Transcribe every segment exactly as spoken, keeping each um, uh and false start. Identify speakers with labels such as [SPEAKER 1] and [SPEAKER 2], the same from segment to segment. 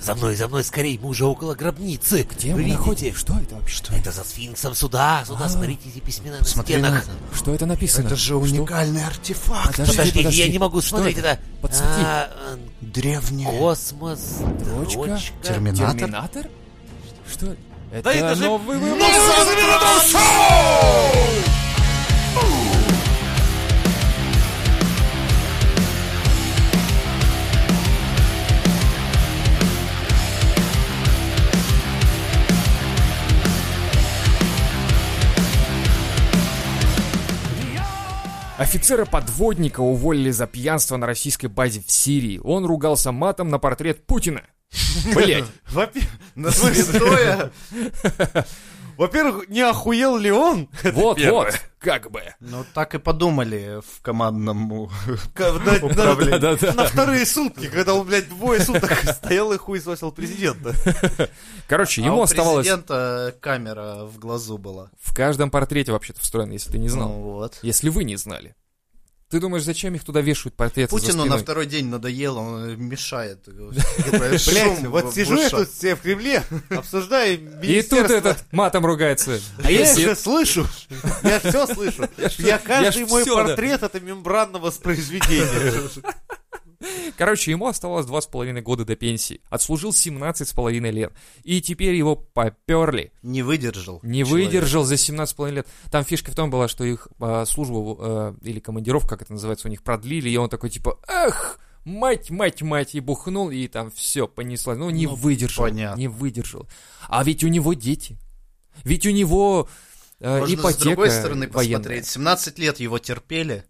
[SPEAKER 1] За мной, за мной, скорей, мы уже около гробницы.
[SPEAKER 2] Где мы находимся? Что это вообще? Что
[SPEAKER 1] это за сфинксом сюда? Сюда, смотрите, эти письмена на стенах.
[SPEAKER 2] Что это написано?
[SPEAKER 3] Это же уникальный артефакт.
[SPEAKER 2] Подожди,
[SPEAKER 1] Подожди,
[SPEAKER 2] подожди.
[SPEAKER 1] я не могу смотреть это.
[SPEAKER 2] Подсвети.
[SPEAKER 1] А,
[SPEAKER 3] Древний
[SPEAKER 1] космос,
[SPEAKER 2] Дрочка?
[SPEAKER 1] дрочка.
[SPEAKER 3] терминатор.
[SPEAKER 2] Терминатор? Что? Это,
[SPEAKER 1] Да это же
[SPEAKER 2] новый выпуск.
[SPEAKER 1] Терминатор Шоу!
[SPEAKER 2] Офицера-подводника уволили за пьянство на российской базе в Сирии. Он ругался матом на портрет Путина. Блять.
[SPEAKER 1] Во-первых, не охуел ли он?
[SPEAKER 2] Вот-вот, как бы.
[SPEAKER 3] Ну, так и подумали в командном
[SPEAKER 1] управлении. На вторые сутки, когда он, блядь, двое суток стоял и хуесосил президента.
[SPEAKER 2] Короче, ему
[SPEAKER 3] а у
[SPEAKER 2] оставалось...
[SPEAKER 3] президента камера в глазу была.
[SPEAKER 2] В каждом портрете вообще-то встроена, если ты не знал.
[SPEAKER 3] Ну вот.
[SPEAKER 2] Если вы не знали. Ты думаешь, зачем их туда вешают портреты за
[SPEAKER 3] Путину
[SPEAKER 2] спиной?
[SPEAKER 3] на второй день надоело, он мешает.
[SPEAKER 1] Блять, вот сижу я тут все в Кремле, обсуждаю
[SPEAKER 2] И тут этот матом ругается.
[SPEAKER 1] А я же слышу, я все слышу. Я каждый мой портрет это мембранное воспроизведение.
[SPEAKER 2] Короче, ему оставалось два с половиной года до пенсии. Отслужил семнадцать с половиной лет. И теперь его поперли.
[SPEAKER 3] Не выдержал.
[SPEAKER 2] Не человек. выдержал за семнадцать с половиной лет. Там фишка в том была, что их э, службу э, или командировку, как это называется, у них продлили. И он такой типа, эх, мать, мать, мать. И бухнул, и там все понеслось. Ну, не ну, выдержал. Понятно. Не выдержал. А ведь у него дети. Ведь у него э,
[SPEAKER 3] Можно
[SPEAKER 2] ипотека
[SPEAKER 3] с другой стороны
[SPEAKER 2] военная.
[SPEAKER 3] Посмотреть. семнадцать лет его терпели.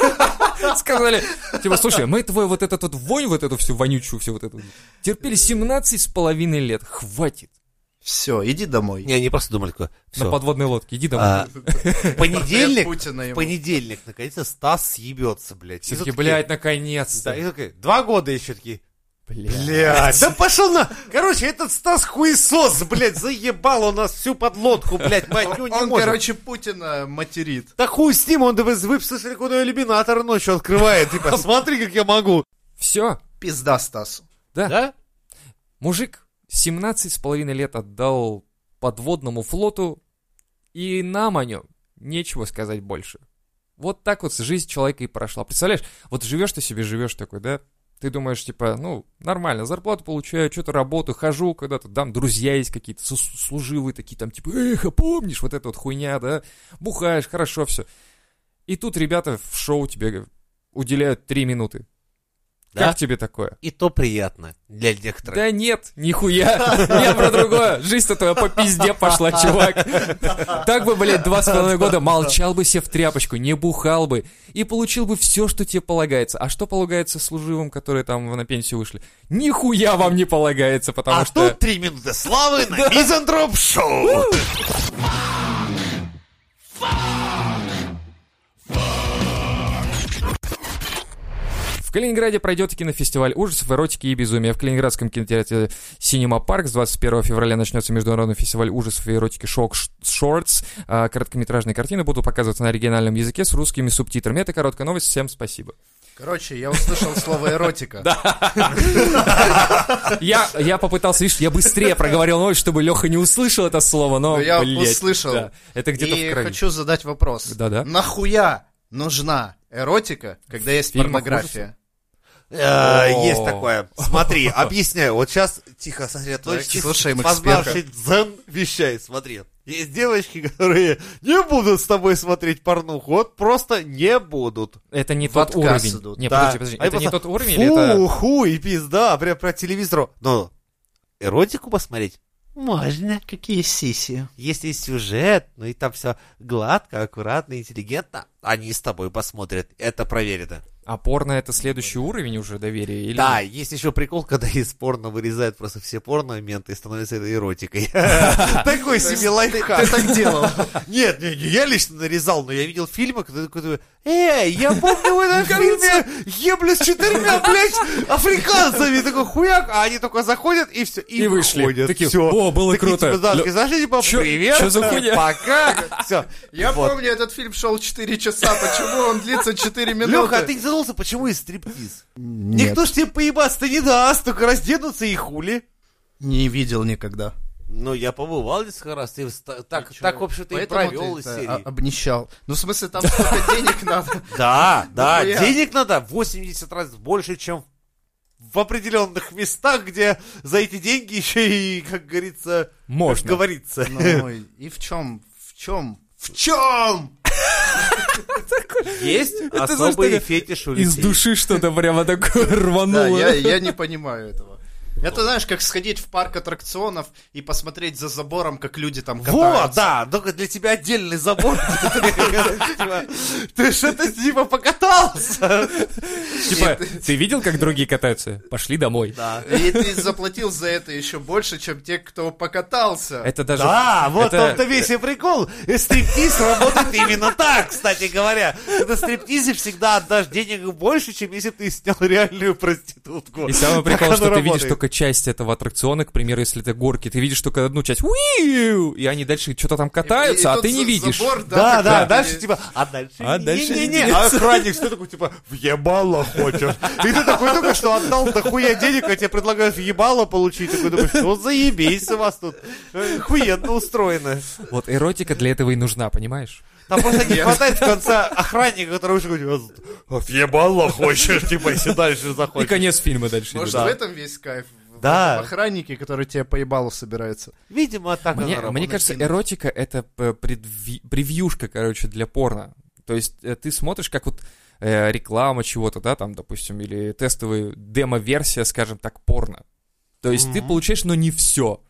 [SPEAKER 2] Сказали, типа, слушай, мы твой вот этот вот вонь, вот эту всю вонючую, всю вот эту терпели семнадцать с половиной лет, хватит.
[SPEAKER 3] Все, иди домой.
[SPEAKER 1] Не, они просто думали, такое,
[SPEAKER 2] на подводной лодке, иди домой.
[SPEAKER 1] А, понедельник, понедельник, наконец-то Стас съебется, блядь.
[SPEAKER 2] Все таки, блядь, наконец-то.
[SPEAKER 1] Да, и такие, два года еще такие.
[SPEAKER 2] Блядь.
[SPEAKER 1] Блядь, да пошел на... Короче, этот Стас хуесос, блядь, заебал у нас всю подлодку, блядь, мать, ну не
[SPEAKER 3] он,
[SPEAKER 1] может.
[SPEAKER 3] короче, Путина материт.
[SPEAKER 1] Да хуй с ним, он выпустил рекордный иллюминатор ночью открывает, типа, смотри, как я могу.
[SPEAKER 2] Все.
[SPEAKER 3] Пизда Стасу.
[SPEAKER 2] Да.
[SPEAKER 1] Да?
[SPEAKER 2] Мужик семнадцать с половиной лет отдал подводному флоту, и нам о нем нечего сказать больше. Вот так вот жизнь человека и прошла. Представляешь, вот живешь ты себе, живешь такой, да? Ты думаешь, типа, ну, нормально, зарплату получаю, что-то работаю, хожу когда-то, там друзья есть какие-то, служивые такие, там, типа, эх, а помнишь, вот эта вот хуйня, да? Бухаешь, хорошо все. И тут ребята в шоу тебе уделяют три минуты.
[SPEAKER 1] Да?
[SPEAKER 2] Как тебе такое?
[SPEAKER 1] И то приятно для некоторых.
[SPEAKER 2] Да нет, нихуя. Я про другое. Жизнь-то твоя по пизде пошла, чувак. Так бы, блядь, два с половиной года молчал бы себе в тряпочку, не бухал бы. И получил бы все, что тебе полагается. А что полагается служивым, которые там на пенсию вышли? Нихуя вам не полагается, потому
[SPEAKER 1] а
[SPEAKER 2] что...
[SPEAKER 1] А тут три минуты славы на Мизантроп Шоу.
[SPEAKER 2] В Калининграде пройдет кинофестиваль ужасов, эротики и безумия. В Калининградском кинотеатре Cinema Park с двадцать первого февраля начнется международный фестиваль ужасов и эротики Shock Shorts. Короткометражные картины будут показываться на оригинальном языке с русскими субтитрами. Это короткая новость. Всем спасибо.
[SPEAKER 3] Короче, я услышал слово эротика.
[SPEAKER 2] Да. Я попытался, видишь, я быстрее проговорил новость, чтобы Леха не услышал это слово, но,
[SPEAKER 3] я
[SPEAKER 2] блядь,
[SPEAKER 3] услышал.
[SPEAKER 2] Да, это где-то в крови.
[SPEAKER 3] И хочу задать вопрос.
[SPEAKER 2] Да-да.
[SPEAKER 3] Нахуя нужна эротика, когда есть порнография?
[SPEAKER 1] Есть такое. Смотри, объясняю. Вот сейчас тихо сосредоточьтесь.
[SPEAKER 3] Слушаем
[SPEAKER 1] познавший дзен вещай. Смотри. Есть девочки, которые не будут с тобой смотреть порнуху. Вот просто не будут.
[SPEAKER 2] Это не тот уровень.
[SPEAKER 3] Идут.
[SPEAKER 2] Не,
[SPEAKER 1] да.
[SPEAKER 2] подожди, подожди.
[SPEAKER 1] А
[SPEAKER 2] это не
[SPEAKER 1] просто,
[SPEAKER 2] тот уровень
[SPEAKER 1] фу,
[SPEAKER 2] или это...
[SPEAKER 1] хуй, пизда, прям про телевизор. Но эротику посмотреть можно.
[SPEAKER 3] Какие сиси.
[SPEAKER 1] Если сюжет, ну и там все гладко, аккуратно, интеллигентно, они с тобой посмотрят. Это проверено.
[SPEAKER 2] А порно — это следующий уровень уже доверия? Или...
[SPEAKER 1] Да, есть еще прикол, когда из порно вырезают просто все порно-моменты и становится это эротикой. Такой себе лайфхак.
[SPEAKER 3] Ты так делал?
[SPEAKER 1] Нет, я лично нарезал, но я видел фильмы, когда такой, эй, я помню в этом фильме ебля с четырьмя, блядь, африканцами. Такой хуяк, а они только заходят и все, и вышли.
[SPEAKER 2] Такие, о, было круто.
[SPEAKER 1] Знаешь, типа, привет, пока, все.
[SPEAKER 3] Я помню, этот фильм шел четыре часа, почему он длится четыре минуты?
[SPEAKER 1] Леха, а ты не задумался, почему и стриптиз? Нет. Никто ж тебе поебаться-то не даст, только разденутся и хули.
[SPEAKER 3] Не видел никогда.
[SPEAKER 1] Ну, я побывал несколько раз, ты так, так в общем-то, и провел из серии.
[SPEAKER 3] Обнищал. Ну, в смысле, там столько денег надо.
[SPEAKER 1] Да, да, денег надо восемьдесят раз больше, чем в определенных местах, где за эти деньги еще и, как говорится,
[SPEAKER 2] можно.
[SPEAKER 1] Как говорится.
[SPEAKER 3] Ну, и в чем? В чем? В чем?
[SPEAKER 1] Есть особый фетиш у людей.
[SPEAKER 2] Из души что-то прямо такое рвануло.
[SPEAKER 3] Да, я не понимаю этого. Это, знаешь, как сходить в парк аттракционов и посмотреть за забором, как люди там катаются.
[SPEAKER 1] Вот, да, только для тебя отдельный забор. Ты что-то типа покатался.
[SPEAKER 2] Типа, ты видел, как другие катаются? Пошли домой.
[SPEAKER 3] Да. И ты заплатил за это еще больше, чем те, кто покатался.
[SPEAKER 2] Это даже...
[SPEAKER 1] Да, вот в том-то весь и прикол. Стриптиз работает именно так, кстати говоря. На стриптизе всегда отдашь денег больше, чем если бы ты снял реальную проститутку.
[SPEAKER 2] И самый прикол, что ты видишь только часть этого аттракциона, к примеру, если это горки, ты видишь только одну часть, уиу, и они дальше что-то там катаются, и, и а ты не видишь.
[SPEAKER 3] Забор,
[SPEAKER 1] да, да, да,
[SPEAKER 3] да,
[SPEAKER 1] дальше типа, а дальше
[SPEAKER 2] а дальше
[SPEAKER 1] не, не, не, а охранник что такой, типа, въебало хочешь? И ты такой только что отдал дохуя денег, а тебе предлагают въебало получить, такой думаешь, ну заебись у вас тут, хуенно устроено.
[SPEAKER 2] Вот эротика для этого и нужна, понимаешь?
[SPEAKER 1] Там просто не хватает в конце охранника, который уже говорит, въебало хочешь, типа, если дальше заходишь.
[SPEAKER 2] И конец фильма дальше.
[SPEAKER 3] Может,
[SPEAKER 2] да.
[SPEAKER 3] в этом весь кайф?
[SPEAKER 1] Да.
[SPEAKER 3] В охраннике, который тебе по ебалу собирается.
[SPEAKER 1] Видимо, так
[SPEAKER 2] Мне,
[SPEAKER 1] она
[SPEAKER 2] мне кажется, эротика — это предви- превьюшка, короче, для порно. То есть ты смотришь, как вот э, реклама чего-то, да, там, допустим, или тестовая демо-версия, скажем так, порно. То есть mm-hmm. ты получаешь, но не все.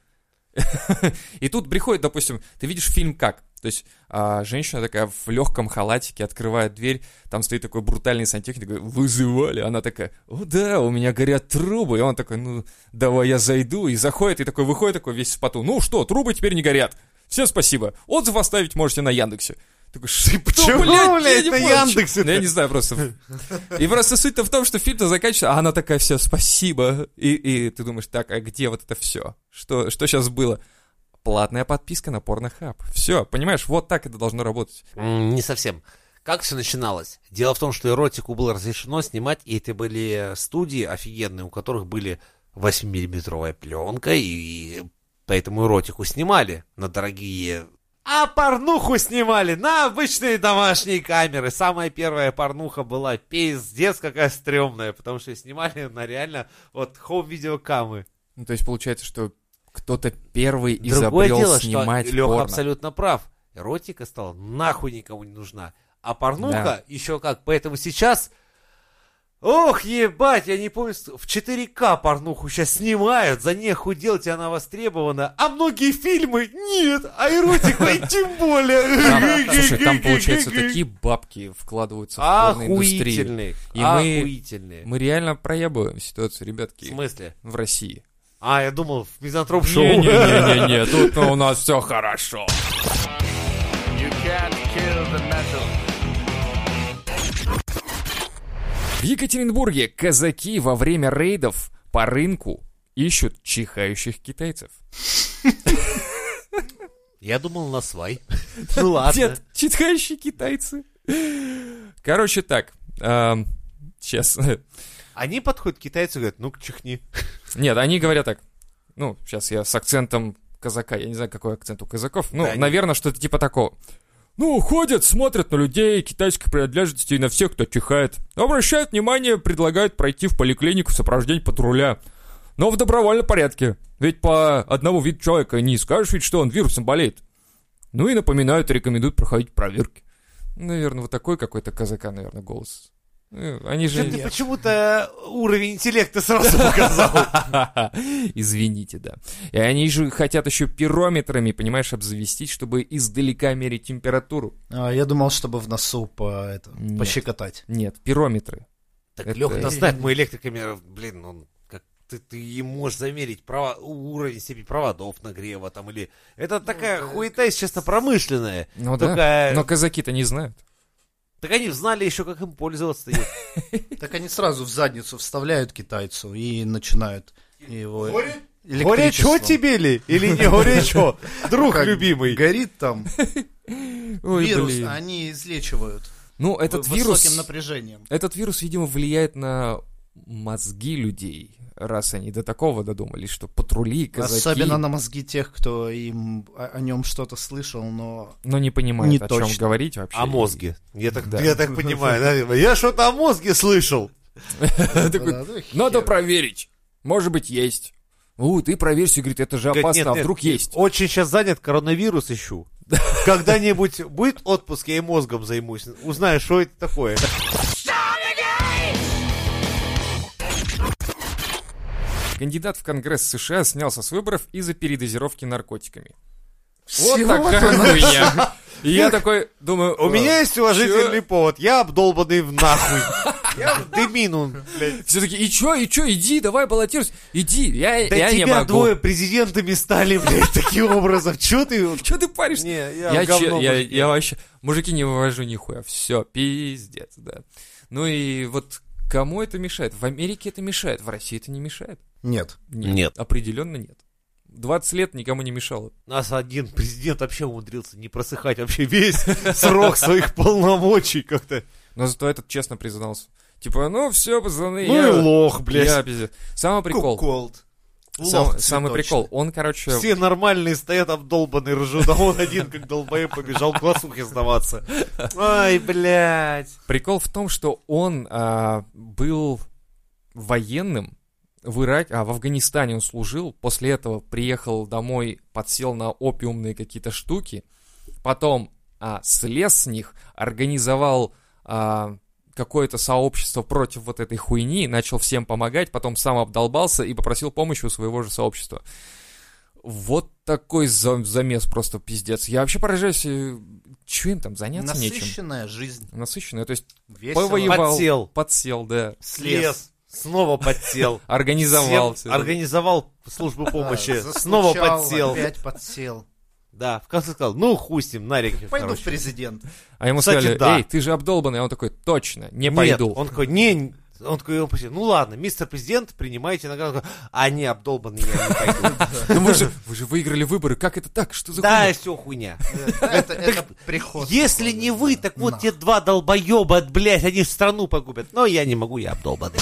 [SPEAKER 2] И тут приходит, допустим, ты видишь фильм как? То есть а, женщина такая в легком халатике открывает дверь, там стоит такой брутальный сантехник, такой, вызывали, она такая, о да, у меня горят трубы, и он такой, ну, давай я зайду, и заходит, и такой выходит, такой весь в поту, ну что, трубы теперь не горят, всем спасибо, отзыв оставить можете на Яндексе. Такой, что,
[SPEAKER 1] почему, блядь, на Яндексе?
[SPEAKER 2] Ну, я не знаю, просто. И просто суть-то в том, что фильм-то заканчивается, а она такая, все, спасибо. И, и ты думаешь, так, а где вот это все? Что, что сейчас было? Платная подписка на Pornhub. Все, понимаешь, вот так это должно работать.
[SPEAKER 1] Mm, не совсем. Как все начиналось? Дело в том, что эротику было разрешено снимать, и это были студии офигенные, у которых были восьмимиллиметровая пленка, и поэтому эротику снимали на дорогие... А порнуху снимали на обычные домашние камеры. Самая первая порнуха была пиздец какая стрёмная, потому что снимали на реально вот хоум-видеокамы.
[SPEAKER 2] Ну, то есть получается, что кто-то первый
[SPEAKER 1] Другое
[SPEAKER 2] изобрел
[SPEAKER 1] дело,
[SPEAKER 2] снимать
[SPEAKER 1] что Лёха
[SPEAKER 2] порно.
[SPEAKER 1] абсолютно прав. Эротика стала нахуй никому не нужна. А порнуха
[SPEAKER 2] Да.
[SPEAKER 1] еще как. Поэтому сейчас... Ох, ебать, я не помню, в четыре ка порнуху сейчас снимают, за нехуй делать, и она востребована, а многие фильмы нет, а эротику и тем более.
[SPEAKER 2] Там, слушай, там, получается, такие бабки вкладываются в порноиндустрию.
[SPEAKER 1] Охуительные,
[SPEAKER 2] И мы,
[SPEAKER 1] охуительные.
[SPEAKER 2] мы реально проебываем ситуацию, ребятки.
[SPEAKER 1] В смысле?
[SPEAKER 2] В России.
[SPEAKER 1] А, я думал, в мизантроп-шоу.
[SPEAKER 2] Не-не-не, тут у нас все хорошо. В Екатеринбурге казаки во время рейдов по рынку ищут чихающих китайцев.
[SPEAKER 1] Я думал, на свай. Ну ладно.
[SPEAKER 2] Нет, чихающие китайцы. Короче так, эм, сейчас.
[SPEAKER 1] Они подходят к китайцу и говорят, ну-ка чихни.
[SPEAKER 2] Нет, они говорят так, ну, сейчас я с акцентом казака, я не знаю, какой акцент у казаков, ну,
[SPEAKER 1] Да,
[SPEAKER 2] наверное, что-то типа такого. Ну, ходят, смотрят на людей китайской принадлежности и на всех, кто чихает. Обращают внимание, предлагают пройти в поликлинику в сопровождении патруля. Но в добровольном порядке. Ведь по одному виду человека не скажешь ведь, что он вирусом болеет. Ну и напоминают и рекомендуют проходить проверки. Наверное, вот такой какой-то казака, наверное, голос. Они же...
[SPEAKER 1] Ты почему-то уровень интеллекта сразу показал.
[SPEAKER 2] Извините, да. И они же хотят еще пирометрами, понимаешь, обзавестись, чтобы издалека мерить температуру.
[SPEAKER 3] А, я думал, чтобы в носу по, это,
[SPEAKER 2] Нет.
[SPEAKER 3] пощекотать.
[SPEAKER 2] Нет, пирометры.
[SPEAKER 1] Так
[SPEAKER 2] Это-
[SPEAKER 1] Лёха-то знает, мой электрокамера, блин, он как ты, ты и можешь замерить права, уровень степени проводов нагрева там или... Это такая хуета, если честно, промышленная.
[SPEAKER 2] Ну
[SPEAKER 1] Только-
[SPEAKER 2] да, но казаки-то не знают.
[SPEAKER 1] Так они знали еще, как им пользоваться.
[SPEAKER 3] Так они сразу в задницу вставляют китайцу и начинают его
[SPEAKER 1] Горячо
[SPEAKER 3] электричеством.
[SPEAKER 1] тебе ли? Или не горячо? Друг
[SPEAKER 3] Как
[SPEAKER 1] любимый.
[SPEAKER 3] горит там
[SPEAKER 2] Ой,
[SPEAKER 3] вирус,
[SPEAKER 2] блин.
[SPEAKER 3] они излечивают
[SPEAKER 2] Ну, этот
[SPEAKER 3] высоким
[SPEAKER 2] вирус,
[SPEAKER 3] напряжением.
[SPEAKER 2] этот вирус, видимо, влияет на мозги людей, раз они до такого додумались, что патрули, казаки...
[SPEAKER 3] Особенно на мозги тех, кто им о, о нем что-то слышал, но...
[SPEAKER 2] Но не понимает,
[SPEAKER 3] не
[SPEAKER 2] о
[SPEAKER 3] точно.
[SPEAKER 2] чем говорить вообще.
[SPEAKER 1] О мозге. Я так,
[SPEAKER 2] Да.
[SPEAKER 1] я так понимаю, да? Я что-то о мозге слышал.
[SPEAKER 2] Такой, надо проверить. Может быть, есть. У, ты проверь, все, говорит, это же
[SPEAKER 1] Говорит,
[SPEAKER 2] опасно,
[SPEAKER 1] нет,
[SPEAKER 2] а
[SPEAKER 1] нет,
[SPEAKER 2] вдруг есть.
[SPEAKER 1] Очень сейчас занят, коронавирус ищу. Когда-нибудь будет отпуск, я и мозгом займусь. Узнаю, что это такое.
[SPEAKER 2] Кандидат в Конгресс США снялся с выборов из-за передозировки наркотиками. Вот
[SPEAKER 3] Всё.
[SPEAKER 2] такая хуйня. И я такой думаю...
[SPEAKER 1] У меня есть уважительный
[SPEAKER 2] чё?
[SPEAKER 1] повод. Я обдолбанный в нахуй. Я в дымину, блядь.
[SPEAKER 2] Все таки, и чё, и чё, иди, давай баллотируйся. Иди, я,
[SPEAKER 1] Да
[SPEAKER 2] я не
[SPEAKER 1] тебя
[SPEAKER 2] могу.
[SPEAKER 1] двое президентами стали, блядь, таким образом. Чё ты...
[SPEAKER 2] Чё ты паришься?
[SPEAKER 1] Не, я,
[SPEAKER 2] Я,
[SPEAKER 1] говно,
[SPEAKER 2] че- я,
[SPEAKER 1] мужики.
[SPEAKER 2] я вообще... Мужики не вывожу нихуя. Все, пиздец, да. Ну и вот кому это мешает? В Америке это мешает, в России это не мешает.
[SPEAKER 3] Нет.
[SPEAKER 1] Нет.
[SPEAKER 2] Определенно нет. двадцать лет никому не мешало.
[SPEAKER 1] У нас один президент вообще умудрился не просыхать вообще весь срок своих полномочий как-то.
[SPEAKER 2] Но зато этот честно признался. Типа, ну все, пацаны,
[SPEAKER 1] Ну
[SPEAKER 2] я...
[SPEAKER 1] и лох, блядь.
[SPEAKER 2] Я пиздец. Самый прикол.
[SPEAKER 3] Куколд.
[SPEAKER 2] Сам-
[SPEAKER 3] Лох
[SPEAKER 2] самый
[SPEAKER 3] цветочный.
[SPEAKER 2] прикол. Он, короче...
[SPEAKER 1] Все нормальные стоят обдолбанные ржут, а он один как долбоеб побежал к глазухе сдаваться. Ай, блядь.
[SPEAKER 2] Прикол в том, что он а, был военным в Ираке, а в Афганистане он служил, после этого приехал домой, подсел на опиумные какие-то штуки, потом а, слез с них, организовал а, какое-то сообщество против вот этой хуйни, начал всем помогать, потом сам обдолбался и попросил помощи у своего же сообщества. Вот такой за- замес просто пиздец. Я вообще поражаюсь, что им там заняться нечем.
[SPEAKER 3] Насыщенная жизнь.
[SPEAKER 2] Насыщенная, то есть
[SPEAKER 3] Весело.
[SPEAKER 2] повоевал,
[SPEAKER 1] Подсел.
[SPEAKER 2] подсел, да,
[SPEAKER 1] Слез. Снова подсел.
[SPEAKER 2] организовал
[SPEAKER 1] Сел,
[SPEAKER 2] все.
[SPEAKER 1] Организовал службу помощи.
[SPEAKER 3] Да,
[SPEAKER 1] Снова
[SPEAKER 3] застучал,
[SPEAKER 1] подсел.
[SPEAKER 3] Опять подсел.
[SPEAKER 1] Да, в конце сказал, ну хуй с ним, нарик.
[SPEAKER 3] Пойду
[SPEAKER 1] короче.
[SPEAKER 3] в президент.
[SPEAKER 2] А ему
[SPEAKER 1] Кстати,
[SPEAKER 2] сказали,
[SPEAKER 1] да.
[SPEAKER 2] эй, ты же обдолбанный, а он такой, точно, не
[SPEAKER 1] Нет,
[SPEAKER 2] пойду.
[SPEAKER 1] он такой, не, он такой, он посидел, ну ладно, мистер президент, принимайте награду. Он такой, а не, обдолбанный, я не пойду.
[SPEAKER 2] Ну вы же, вы же выиграли выборы, как это так? Что за
[SPEAKER 1] Да,
[SPEAKER 2] хуйня?
[SPEAKER 1] все хуйня.
[SPEAKER 3] Это это приход.
[SPEAKER 1] Если не вы, так вот те два долбоеба, блядь, они страну погубят. Но я не могу, я обдолбанный.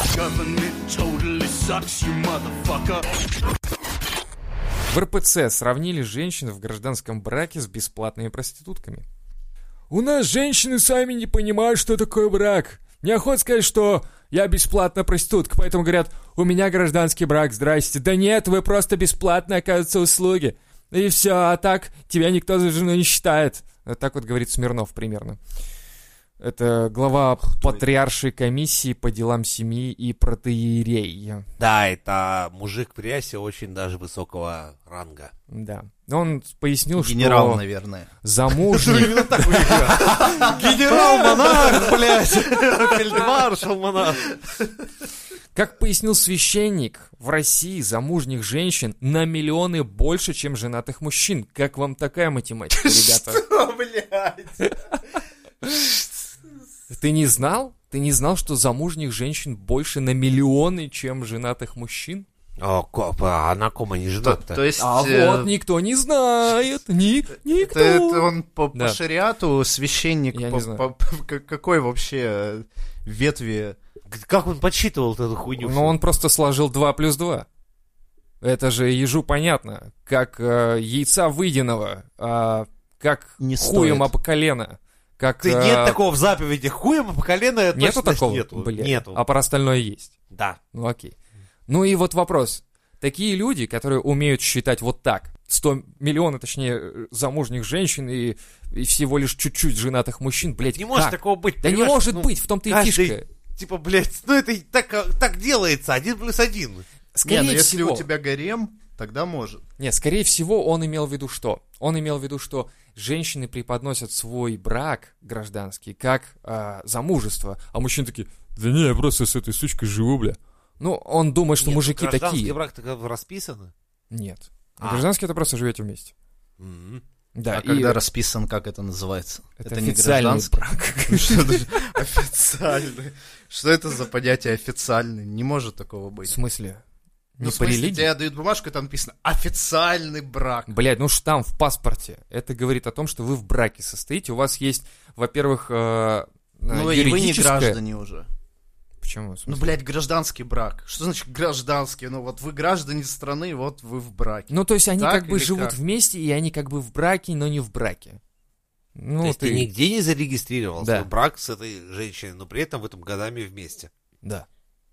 [SPEAKER 2] В эр пэ цэ сравнили женщин в гражданском браке с бесплатными проститутками. У нас женщины сами не понимают, что такое брак. Неохота сказать, что я бесплатная проститутка, поэтому говорят, у меня гражданский брак, здрасте. Да нет, вы просто бесплатно оказываются услуги. И все, а так тебя никто за жену не считает. Вот так вот говорит Смирнов примерно. Это глава патриаршей комиссии по делам семьи и протоиерей.
[SPEAKER 1] Да, это мужик в рясе очень даже высокого ранга.
[SPEAKER 2] Да. Он пояснил,
[SPEAKER 3] Генерал,
[SPEAKER 2] что
[SPEAKER 3] наверное.
[SPEAKER 2] замужний...
[SPEAKER 1] Генерал-монарх, блядь! Фельдмаршал-монарх.
[SPEAKER 2] Как пояснил священник, в России замужних женщин на миллионы больше, чем женатых мужчин. Как вам такая математика, ребята?
[SPEAKER 3] О, блядь.
[SPEAKER 2] Ты не знал? Ты не знал, что замужних женщин больше на миллионы, чем женатых мужчин?
[SPEAKER 1] О, ко- а на ком они
[SPEAKER 3] То,
[SPEAKER 1] женаты-то?
[SPEAKER 3] то есть...
[SPEAKER 2] А
[SPEAKER 3] э,
[SPEAKER 2] вот никто не знает. Ни, никто.
[SPEAKER 3] это, это он по, по
[SPEAKER 2] Да.
[SPEAKER 3] шариату священник,
[SPEAKER 2] Я
[SPEAKER 3] по-
[SPEAKER 2] не знаю.
[SPEAKER 3] по- по- к- какой вообще э, ветви...
[SPEAKER 1] Как он подсчитывал эту хуйню?
[SPEAKER 2] Но он просто сложил два плюс два. Это же ежу понятно. Как э, яйца выеденного, а, как
[SPEAKER 3] Не
[SPEAKER 2] хуем
[SPEAKER 3] стоит.
[SPEAKER 2] об колено. Как,
[SPEAKER 1] Ты,
[SPEAKER 2] э,
[SPEAKER 1] нет такого в заповеди. Хуем по колено
[SPEAKER 2] Нету
[SPEAKER 1] точно
[SPEAKER 2] такого?
[SPEAKER 1] Нету.
[SPEAKER 2] Блядь.
[SPEAKER 1] Нету.
[SPEAKER 2] А про остальное есть.
[SPEAKER 1] Да.
[SPEAKER 2] Ну окей. Ну и вот вопрос. Такие люди, которые умеют считать вот так, сто миллионов, точнее, замужних женщин и, и всего лишь чуть-чуть женатых мужчин, блядь,
[SPEAKER 1] Не
[SPEAKER 2] как?
[SPEAKER 1] может такого быть.
[SPEAKER 2] Да не
[SPEAKER 1] понимаешь?
[SPEAKER 2] может
[SPEAKER 1] Ну,
[SPEAKER 2] быть, в том-то и
[SPEAKER 1] каждый-
[SPEAKER 2] фишка.
[SPEAKER 1] Типа, блядь, ну это и так, так делается, один плюс один.
[SPEAKER 2] Скорее
[SPEAKER 3] не, ну если
[SPEAKER 2] всего,
[SPEAKER 3] у тебя гарем, тогда может.
[SPEAKER 2] нет, скорее всего, он имел в виду что? Он имел в виду, что женщины преподносят свой брак гражданский как а, замужество, а мужчины такие, да не, я просто с этой сучкой живу, бля. Ну, он думает, что
[SPEAKER 1] Нет,
[SPEAKER 2] мужики
[SPEAKER 1] гражданский
[SPEAKER 2] такие.
[SPEAKER 1] брак так расписано.
[SPEAKER 2] Нет.
[SPEAKER 1] А.
[SPEAKER 2] Гражданский — это просто живете вместе.
[SPEAKER 1] М.
[SPEAKER 2] Да,
[SPEAKER 3] а
[SPEAKER 2] и
[SPEAKER 3] когда расписан, как это называется?
[SPEAKER 2] это
[SPEAKER 3] не
[SPEAKER 2] официальный
[SPEAKER 3] гражданский?
[SPEAKER 2] брак.
[SPEAKER 3] Что это? Официальный. Что это за понятие официальный? Не может такого
[SPEAKER 2] В
[SPEAKER 3] быть.
[SPEAKER 2] смысле? Не
[SPEAKER 3] Ну, в
[SPEAKER 2] по
[SPEAKER 3] смысле,
[SPEAKER 2] религии?
[SPEAKER 3] тебе дают бумажку, и там написано «официальный брак».
[SPEAKER 2] Блядь, ну штамп в паспорте. Это говорит о том, что вы в браке состоите. У вас есть, во-первых, э,
[SPEAKER 3] Ну, и вы не
[SPEAKER 2] юридическое...
[SPEAKER 3] граждане уже.
[SPEAKER 2] Почему?
[SPEAKER 3] Ну, блядь, гражданский брак. Что значит гражданский? Ну, вот вы граждане страны, вот вы в браке.
[SPEAKER 2] Ну, то есть они
[SPEAKER 3] Так
[SPEAKER 2] как бы
[SPEAKER 3] или
[SPEAKER 2] живут
[SPEAKER 3] как?
[SPEAKER 2] вместе, и они как бы в браке, но не в браке. Ну,
[SPEAKER 1] То есть ты нигде не зарегистрировал
[SPEAKER 2] Да.
[SPEAKER 1] свой брак с этой женщиной, но при этом в этом годами вместе.
[SPEAKER 2] Да.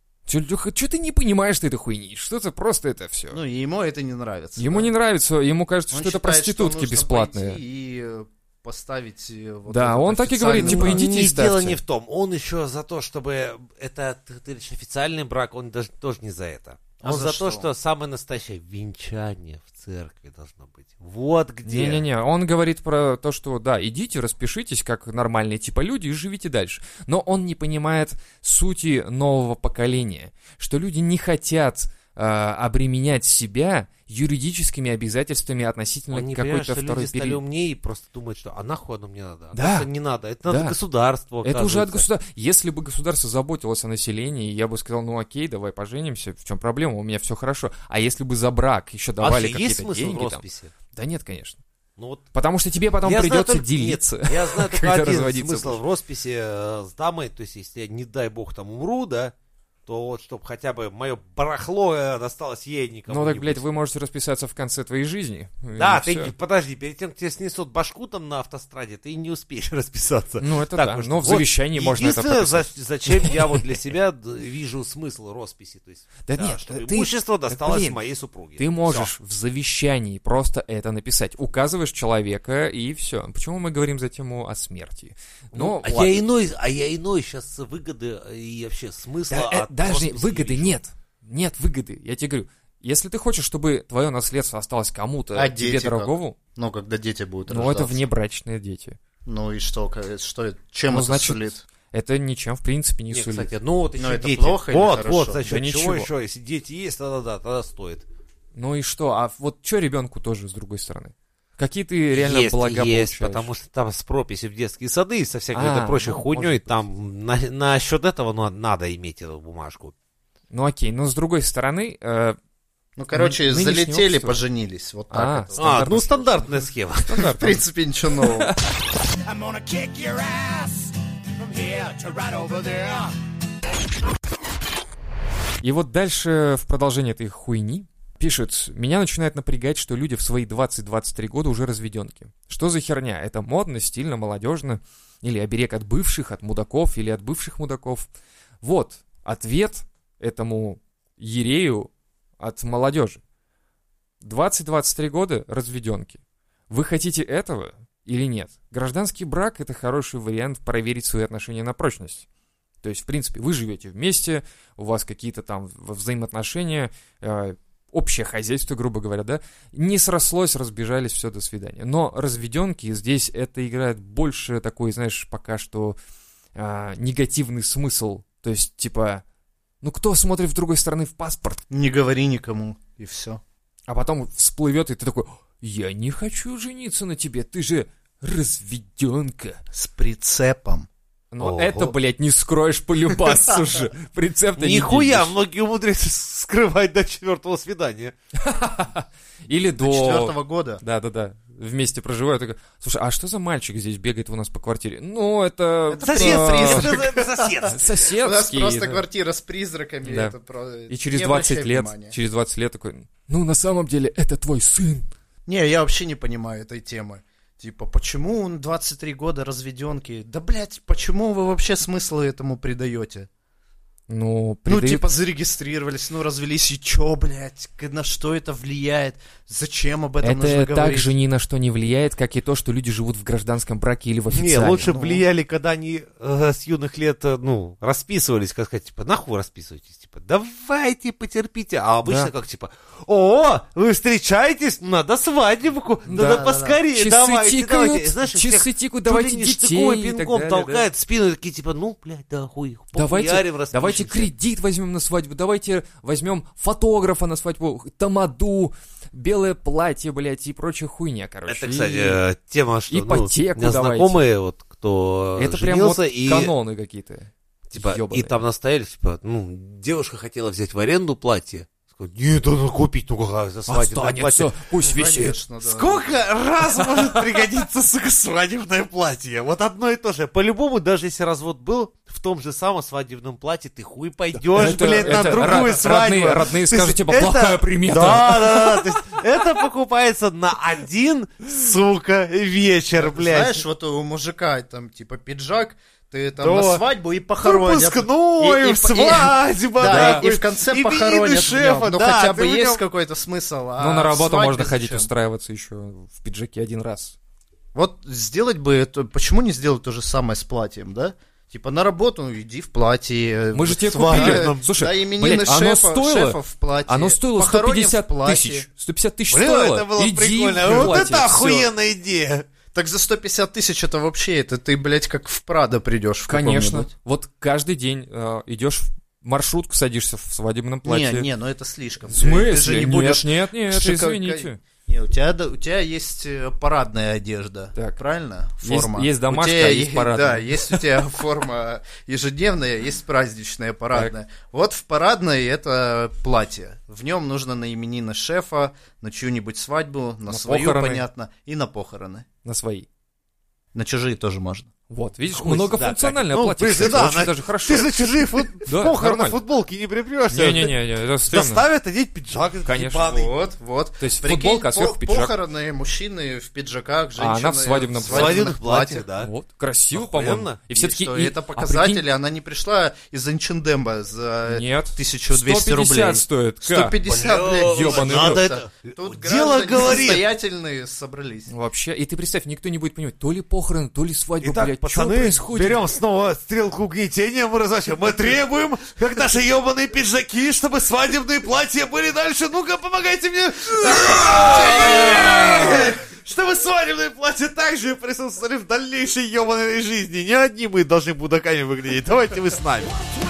[SPEAKER 2] Что ты не понимаешь ты этой хуйни? Что это просто это все?
[SPEAKER 3] Ну, и ему это не нравится.
[SPEAKER 2] Ему
[SPEAKER 3] да.
[SPEAKER 2] не нравится, ему кажется,
[SPEAKER 3] Он
[SPEAKER 2] что это
[SPEAKER 3] считает,
[SPEAKER 2] проститутки
[SPEAKER 3] что нужно
[SPEAKER 2] бесплатные.
[SPEAKER 3] пойти и э, поставить э, вот
[SPEAKER 2] Да,
[SPEAKER 3] этот
[SPEAKER 2] он так и говорит,
[SPEAKER 3] официальный
[SPEAKER 2] типа,
[SPEAKER 3] брак.
[SPEAKER 2] идите и
[SPEAKER 1] не дело
[SPEAKER 2] ставьте.
[SPEAKER 1] не в том. Он еще за то, чтобы это, ты, ты говоришь, официальный брак, он даже тоже не за это.
[SPEAKER 3] А
[SPEAKER 1] Он
[SPEAKER 3] за
[SPEAKER 1] за, то,
[SPEAKER 3] что?
[SPEAKER 1] что самое настоящее венчание в церкви должно быть. Вот где.
[SPEAKER 2] Не-не-не, он говорит про то, что да, идите, распишитесь как нормальные типа люди и живите дальше. Но он не понимает сути нового поколения, что люди не хотят э, обременять себя юридическими обязательствами относительно
[SPEAKER 1] Он не понимает,
[SPEAKER 2] какой-то
[SPEAKER 1] что
[SPEAKER 2] второй
[SPEAKER 1] люди стали
[SPEAKER 2] период.
[SPEAKER 1] умнее и просто думают, что а нахуй оно мне надо? А
[SPEAKER 2] Да.
[SPEAKER 1] нахуй не надо. Это надо
[SPEAKER 2] Да.
[SPEAKER 1] государству,
[SPEAKER 2] Это уже от
[SPEAKER 1] оказывается.
[SPEAKER 2] государства. Если бы государство заботилось о населении, я бы сказал, ну окей, давай поженимся, в чем проблема, у меня все хорошо. А если бы за брак еще
[SPEAKER 1] А
[SPEAKER 2] давали
[SPEAKER 1] вообще есть
[SPEAKER 2] какие-то
[SPEAKER 1] смысл
[SPEAKER 2] деньги
[SPEAKER 1] в
[SPEAKER 2] там?
[SPEAKER 1] росписи?
[SPEAKER 2] Да нет, конечно.
[SPEAKER 1] Ну вот
[SPEAKER 2] Потому что тебе потом
[SPEAKER 1] я знаю
[SPEAKER 2] придется
[SPEAKER 1] только-
[SPEAKER 2] делиться.
[SPEAKER 1] Нет, я знаю только
[SPEAKER 2] когда
[SPEAKER 1] один
[SPEAKER 2] разводиться
[SPEAKER 1] смысл
[SPEAKER 2] будешь.
[SPEAKER 1] в росписи э, с дамой. То есть, если я, не дай бог, там умру, да, то вот, чтобы хотя бы мое барахло э, досталось ей никому.
[SPEAKER 2] Ну так, блядь, вы можете расписаться в конце твоей жизни.
[SPEAKER 1] Да,
[SPEAKER 2] и
[SPEAKER 1] ты,
[SPEAKER 2] всё.
[SPEAKER 1] не- подожди, перед тем, как тебе снесут башку там на автостраде, ты не успеешь расписаться.
[SPEAKER 2] Ну это
[SPEAKER 1] Так,
[SPEAKER 2] да,
[SPEAKER 1] вот,
[SPEAKER 2] но в
[SPEAKER 1] вот
[SPEAKER 2] завещании можно это
[SPEAKER 1] единственное, за-
[SPEAKER 2] прописать.
[SPEAKER 1] зачем я вот для себя д- вижу смысл росписи. То есть,
[SPEAKER 2] Да нет,
[SPEAKER 1] чтобы
[SPEAKER 2] ты-
[SPEAKER 1] имущество
[SPEAKER 2] да,
[SPEAKER 1] досталось
[SPEAKER 2] блин,
[SPEAKER 1] моей супруге.
[SPEAKER 2] Ты можешь в завещании просто это написать. Указываешь человека и все. Почему мы говорим за тему о смерти?
[SPEAKER 1] Ну,
[SPEAKER 2] Ну,
[SPEAKER 1] а,
[SPEAKER 2] ладно.
[SPEAKER 1] я иной, а я иной сейчас выгоды и вообще смысла
[SPEAKER 2] Да, э,
[SPEAKER 1] от
[SPEAKER 2] даже
[SPEAKER 1] росписи
[SPEAKER 2] выгоды
[SPEAKER 1] не вижу.
[SPEAKER 2] нет. Нет выгоды. Я тебе говорю, если ты хочешь, чтобы твое наследство осталось кому-то,
[SPEAKER 3] А
[SPEAKER 2] тебе
[SPEAKER 3] дети как?
[SPEAKER 2] дорогому,
[SPEAKER 3] Ну, когда дети будут
[SPEAKER 2] ну это
[SPEAKER 3] рождаться.
[SPEAKER 2] внебрачные дети.
[SPEAKER 3] Ну и что, ка- что это- чем
[SPEAKER 2] Ну,
[SPEAKER 3] это
[SPEAKER 2] значит,
[SPEAKER 3] сулит?
[SPEAKER 2] Это ничем, в принципе, не
[SPEAKER 1] Нет,
[SPEAKER 2] сулит.
[SPEAKER 1] кстати, ну вот еще
[SPEAKER 3] Но это
[SPEAKER 1] дети.
[SPEAKER 3] плохо или
[SPEAKER 1] вот,
[SPEAKER 3] хорошо?
[SPEAKER 1] вот, за счет
[SPEAKER 2] Да
[SPEAKER 1] чего
[SPEAKER 2] ничего.
[SPEAKER 1] еще, если дети есть, тогда да, тогда стоит.
[SPEAKER 2] Ну и что? А вот что ребенку тоже с другой стороны? Какие ты реально
[SPEAKER 1] есть,
[SPEAKER 2] блага
[SPEAKER 1] есть,
[SPEAKER 2] получаешь?
[SPEAKER 1] потому что там с прописью в детские сады и со всякой
[SPEAKER 2] А,
[SPEAKER 1] этой прочей
[SPEAKER 2] ну,
[SPEAKER 1] хуйней,
[SPEAKER 2] может быть.
[SPEAKER 1] там на, насчет этого ну, надо иметь эту бумажку.
[SPEAKER 2] Ну окей, но с другой стороны, э,
[SPEAKER 3] Ну, короче,
[SPEAKER 2] Ны- нынешнее
[SPEAKER 3] залетели,
[SPEAKER 2] общество.
[SPEAKER 3] поженились. Вот
[SPEAKER 2] А,
[SPEAKER 3] так это.
[SPEAKER 1] А, ну
[SPEAKER 2] Стандартная
[SPEAKER 1] стандартная схема.
[SPEAKER 3] В принципе, ничего нового.
[SPEAKER 4] I'm gonna kick your ass from here to right over there.
[SPEAKER 2] и вот дальше в продолжение этой хуйни пишет: меня начинает напрягать, что люди в свои двадцать-двадцать три года уже разведенки. Что за херня? Это модно, стильно, молодежно? Или оберег от бывших, от мудаков, или от бывших мудаков? Вот ответ этому ерею от молодежи. двадцать-двадцать три года разведенки. Вы хотите этого или нет? Гражданский брак — это хороший вариант проверить свои отношения на прочность. То есть, в принципе, вы живете вместе, у вас какие-то там в- взаимоотношения, э, общее хозяйство, грубо говоря, да, не срослось, разбежались, все, до свидания. Но разведенки здесь это играет больше такой, знаешь, пока что э, негативный смысл. То есть, типа, ну кто смотрит с другой стороны в паспорт,
[SPEAKER 3] Не говори никому, и все.
[SPEAKER 2] а потом всплывет, и ты такой: я не хочу жениться на тебе, ты же разведенка.
[SPEAKER 3] С прицепом.
[SPEAKER 2] Но
[SPEAKER 1] Ого.
[SPEAKER 2] это, блядь, не скроешь полюбас уже. Прицеп-то не
[SPEAKER 1] Нихуя,
[SPEAKER 2] видишь.
[SPEAKER 1] многие умудряются скрывать до четвертого свидания.
[SPEAKER 2] Или
[SPEAKER 3] До
[SPEAKER 2] до...
[SPEAKER 3] четвертого года.
[SPEAKER 2] Да-да-да. Вместе проживают. Такой: слушай, а что за мальчик здесь бегает у нас по квартире? Ну, это...
[SPEAKER 1] Сосед,
[SPEAKER 2] просто
[SPEAKER 1] это- это сосед.
[SPEAKER 3] У нас
[SPEAKER 2] Соседский.
[SPEAKER 3] просто
[SPEAKER 2] да.
[SPEAKER 3] квартира с призраками.
[SPEAKER 2] Да.
[SPEAKER 3] Это про-
[SPEAKER 2] И через
[SPEAKER 3] не
[SPEAKER 2] двадцать
[SPEAKER 3] обращай
[SPEAKER 2] лет,
[SPEAKER 3] внимания.
[SPEAKER 2] через двадцать лет такой: ну, на самом деле, это твой сын.
[SPEAKER 3] Не, я вообще не понимаю этой темы. Типа, почему он двадцать три года разведенки? Да, блядь, почему вы вообще смысл этому придаете?
[SPEAKER 2] Ну,
[SPEAKER 3] Ну,
[SPEAKER 2] придают-
[SPEAKER 3] типа, зарегистрировались, ну, развелись, и чё, блядь? К- На что это влияет? Зачем об этом нужно
[SPEAKER 2] это
[SPEAKER 3] говорить?
[SPEAKER 2] также ни на что не влияет, как и то, что люди живут в гражданском браке или в
[SPEAKER 1] Не,
[SPEAKER 2] официальном.
[SPEAKER 1] лучше
[SPEAKER 3] ну.
[SPEAKER 1] влияли, когда они э, с юных лет, э, ну, расписывались, как сказать, типа, нахуй расписывайтесь, типа, давайте, потерпите. А обычно
[SPEAKER 2] Да.
[SPEAKER 1] как, типа, о, вы встречаетесь, надо свадебку,
[SPEAKER 3] Да,
[SPEAKER 1] надо
[SPEAKER 3] да,
[SPEAKER 1] поскорее,
[SPEAKER 2] Часы
[SPEAKER 1] давайте,
[SPEAKER 2] тикают,
[SPEAKER 1] давайте. Знаешь, у
[SPEAKER 2] часы
[SPEAKER 1] всех
[SPEAKER 2] тикают,
[SPEAKER 1] чуть ли
[SPEAKER 2] давайте
[SPEAKER 1] не
[SPEAKER 2] детей
[SPEAKER 1] штыком и
[SPEAKER 2] и так
[SPEAKER 1] пинком
[SPEAKER 2] далее, да.
[SPEAKER 1] толкают в спину, такие, типа, ну, блядь, да хуй,
[SPEAKER 2] Давайте,
[SPEAKER 1] похуярим,
[SPEAKER 2] давайте
[SPEAKER 1] распишемся.
[SPEAKER 2] кредит возьмем на свадьбу, давайте возьмем фотографа на свадьбу, тамаду, белое платье, блядь, и прочая хуйня, короче.
[SPEAKER 1] Это,
[SPEAKER 2] И
[SPEAKER 1] кстати, э, тема, что,
[SPEAKER 2] ипотеку
[SPEAKER 1] ну, у меня
[SPEAKER 2] давайте.
[SPEAKER 1] знакомые, вот, кто
[SPEAKER 2] это прям вот
[SPEAKER 1] женился, и...
[SPEAKER 2] каноны какие-то.
[SPEAKER 1] Типа,
[SPEAKER 2] ёбаные.
[SPEAKER 1] и там настояли, типа, ну, девушка хотела взять в аренду платье. Сказала: нет, надо купить, ну какая за свадебное платье.
[SPEAKER 2] Останется, пусть
[SPEAKER 3] Ну,
[SPEAKER 2] висит.
[SPEAKER 3] конечно, да.
[SPEAKER 1] Сколько раз может пригодиться, сука, свадебное платье? Вот одно и то же. По-любому, даже если развод был, в том же самом свадебном платье ты хуй пойдешь,
[SPEAKER 2] Это-
[SPEAKER 1] блядь, на
[SPEAKER 2] это
[SPEAKER 1] другую
[SPEAKER 2] ра-
[SPEAKER 1] свадьбу.
[SPEAKER 2] родные- родные
[SPEAKER 1] То есть
[SPEAKER 2] скажут, типа,
[SPEAKER 1] это-
[SPEAKER 2] плохая примета.
[SPEAKER 1] Да, да, да. То есть это покупается на один, сука, вечер, блядь.
[SPEAKER 3] Знаешь, вот у мужика там типа пиджак, ты там
[SPEAKER 1] Да.
[SPEAKER 3] на свадьбу и похоронят.
[SPEAKER 1] Выпускной,
[SPEAKER 3] И- и-
[SPEAKER 1] свадьба.
[SPEAKER 3] Да,
[SPEAKER 1] такой,
[SPEAKER 3] и в конце
[SPEAKER 1] именины
[SPEAKER 3] похоронят в
[SPEAKER 1] шефа,
[SPEAKER 3] нем. Ну,
[SPEAKER 1] да,
[SPEAKER 3] хотя
[SPEAKER 1] ты
[SPEAKER 3] бы
[SPEAKER 1] в
[SPEAKER 3] есть
[SPEAKER 1] нем-
[SPEAKER 3] какой-то смысл. А
[SPEAKER 2] Ну, на работу
[SPEAKER 3] свадьбе
[SPEAKER 2] можно ходить
[SPEAKER 3] зачем?
[SPEAKER 2] устраиваться еще в пиджаке один раз.
[SPEAKER 3] Вот сделать бы это, почему не сделать то же самое с платьем, да? Типа на работу, ну, иди в платье.
[SPEAKER 2] Мы же тебе
[SPEAKER 3] свадьбе.
[SPEAKER 2] купили. Слушай,
[SPEAKER 3] да, именины
[SPEAKER 2] блядь, оно
[SPEAKER 3] шефа,
[SPEAKER 2] стоило-
[SPEAKER 3] шефа в платье.
[SPEAKER 2] Оно стоило сто
[SPEAKER 3] Похороним
[SPEAKER 2] пятьдесят
[SPEAKER 3] в платье.
[SPEAKER 2] тысяч. сто пятьдесят тысяч
[SPEAKER 1] Блин,
[SPEAKER 2] стоило.
[SPEAKER 1] это было
[SPEAKER 2] Иди
[SPEAKER 1] прикольно.
[SPEAKER 2] в
[SPEAKER 1] Вот
[SPEAKER 2] платье,
[SPEAKER 1] это
[SPEAKER 2] всё.
[SPEAKER 1] охуенная идея.
[SPEAKER 3] Так за сто пятьдесят тысяч это вообще, это ты, блядь, как в Прадо придешь. В
[SPEAKER 2] Конечно.
[SPEAKER 3] каком-нибудь.
[SPEAKER 2] Вот каждый день э, идешь в маршрутку, садишься в свадебном платье.
[SPEAKER 3] Не, не, ну это слишком.
[SPEAKER 2] В
[SPEAKER 3] Ты- Ты же
[SPEAKER 2] смысле?
[SPEAKER 3] не
[SPEAKER 2] Нет,
[SPEAKER 3] будешь...
[SPEAKER 2] нет, нет,
[SPEAKER 3] шика-
[SPEAKER 2] извините.
[SPEAKER 3] Не, у тебя, да- у тебя есть э, парадная одежда,
[SPEAKER 2] Так.
[SPEAKER 3] правильно?
[SPEAKER 2] Есть-
[SPEAKER 3] Форма.
[SPEAKER 2] есть
[SPEAKER 3] У
[SPEAKER 2] домашняя,
[SPEAKER 3] тебя
[SPEAKER 2] а есть
[SPEAKER 3] е-
[SPEAKER 2] парадная.
[SPEAKER 3] Да, есть у тебя форма ежедневная, есть праздничная парадная. Вот в парадной это платье. В нем нужно на именины шефа, на чью-нибудь свадьбу, на,
[SPEAKER 2] На
[SPEAKER 3] свою,
[SPEAKER 2] похороны.
[SPEAKER 3] понятно, и на похороны.
[SPEAKER 2] На свои.
[SPEAKER 3] На чужие тоже можно.
[SPEAKER 2] Вот, видишь,
[SPEAKER 1] Хуй,
[SPEAKER 2] многофункциональное
[SPEAKER 1] да, как-
[SPEAKER 2] платье,
[SPEAKER 1] ну,
[SPEAKER 2] кстати,
[SPEAKER 1] да,
[SPEAKER 2] очень
[SPEAKER 1] на-
[SPEAKER 2] даже хорошо.
[SPEAKER 1] Ты за чужие фут...
[SPEAKER 2] Да,
[SPEAKER 1] похороны
[SPEAKER 2] нормально.
[SPEAKER 1] футболки не припрешься.
[SPEAKER 2] Не-не-не, это странно.
[SPEAKER 1] Заставят одеть пиджак этот
[SPEAKER 2] Конечно.
[SPEAKER 1] ебаный.
[SPEAKER 3] Вот, вот.
[SPEAKER 2] То есть
[SPEAKER 3] Прикинь,
[SPEAKER 2] футболка, а сверху
[SPEAKER 3] по-
[SPEAKER 2] пиджак.
[SPEAKER 3] Похороны, мужчины в пиджаках, женщины
[SPEAKER 2] А она в свадебном
[SPEAKER 3] в
[SPEAKER 2] платье.
[SPEAKER 1] В свадебных платьях, да.
[SPEAKER 2] Вот, красиво,
[SPEAKER 1] Охуенно.
[SPEAKER 2] по-моему. И
[SPEAKER 3] И
[SPEAKER 2] все таки
[SPEAKER 3] что, это показатели, она не пришла из Энчендемба за
[SPEAKER 2] Нет.
[SPEAKER 3] тысячу двести рублей.
[SPEAKER 2] сто пятьдесят стоит.
[SPEAKER 3] сто
[SPEAKER 2] Как?
[SPEAKER 3] пятьдесят, блядь,
[SPEAKER 2] ёбаный
[SPEAKER 3] просто.
[SPEAKER 1] рот. Надо
[SPEAKER 3] Тут
[SPEAKER 1] Дело
[SPEAKER 3] граждане
[SPEAKER 1] говорит.
[SPEAKER 3] состоятельные собрались.
[SPEAKER 2] Вообще, и ты представь, никто не будет понимать, то ли похороны, то ли свадьба,
[SPEAKER 1] Итак,
[SPEAKER 2] блядь, что
[SPEAKER 1] пацаны,
[SPEAKER 2] происходит?
[SPEAKER 1] берем снова стрелку угнетения, мы разворачиваем. Мы требуем, как наши ебаные пиджаки, чтобы свадебные платья были дальше. Ну-ка, помогайте мне. Чтобы свадебные платья также присутствовали в дальнейшей ебаной жизни. Не одни мы должны будаками выглядеть. Давайте вы с нами.